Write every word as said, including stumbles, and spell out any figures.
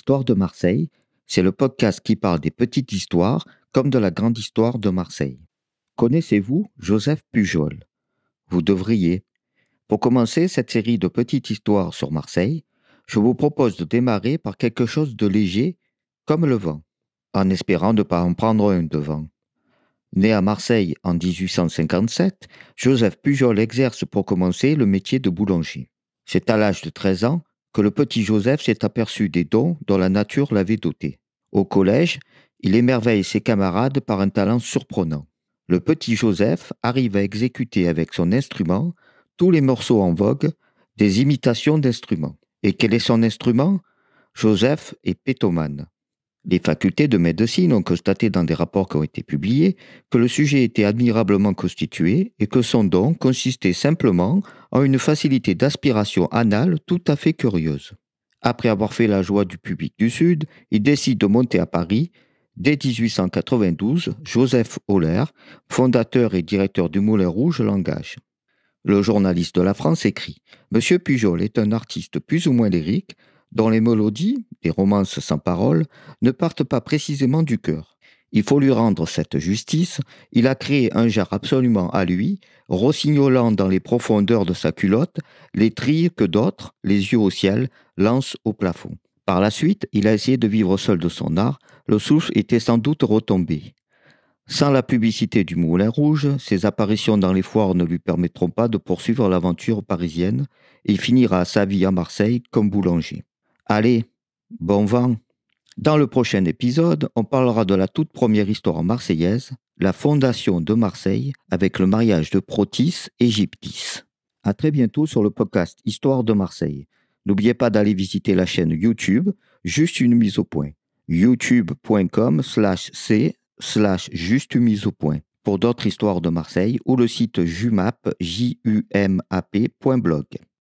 Histoire de Marseille, c'est le podcast qui parle des petites histoires comme de la grande histoire de Marseille. Connaissez-vous Joseph Pujol? Vous devriez. Pour commencer cette série de petites histoires sur Marseille, je vous propose de démarrer par quelque chose de léger, comme le vent, en espérant ne pas en prendre un de vent. Né à Marseille en dix-huit cent cinquante-sept, Joseph Pujol exerce pour commencer le métier de boulanger. C'est à l'âge de treize ans que le petit Joseph s'est aperçu des dons dont la nature l'avait doté. Au collège, il émerveille ses camarades par un talent surprenant. Le petit Joseph arrive à exécuter avec son instrument tous les morceaux en vogue, des imitations d'instruments. Et quel est son instrument? Joseph est pétomane. Les facultés de médecine ont constaté dans des rapports qui ont été publiés que le sujet était admirablement constitué et que son don consistait simplement en une facilité d'aspiration anale tout à fait curieuse. Après avoir fait la joie du public du Sud, il décide de monter à Paris. Dès dix-huit cent quatre-vingt-douze, Joseph Euler, fondateur et directeur du Moulin Rouge, l'engage. Le journaliste de la France écrit « Monsieur Pujol est un artiste plus ou moins lyrique, dont les mélodies, des romances sans paroles, ne partent pas précisément du cœur. Il faut lui rendre cette justice, il a créé un genre absolument à lui, rossignolant dans les profondeurs de sa culotte les trilles que d'autres, les yeux au ciel, lancent au plafond. Par la suite, il a essayé de vivre seul de son art, le souffle était sans doute retombé. Sans la publicité du Moulin Rouge, ses apparitions dans les foires ne lui permettront pas de poursuivre l'aventure parisienne et il finira sa vie à Marseille comme boulanger. Allez, bon vent! Dans le prochain épisode, on parlera de la toute première histoire marseillaise, la fondation de Marseille avec le mariage de Protis et Gyptis. À très bientôt sur le podcast Histoire de Marseille. N'oubliez pas d'aller visiter la chaîne YouTube, juste une mise au point, youtube.com slash c slash juste mise au point pour d'autres histoires de Marseille ou le site jumap, j u m a p point blog.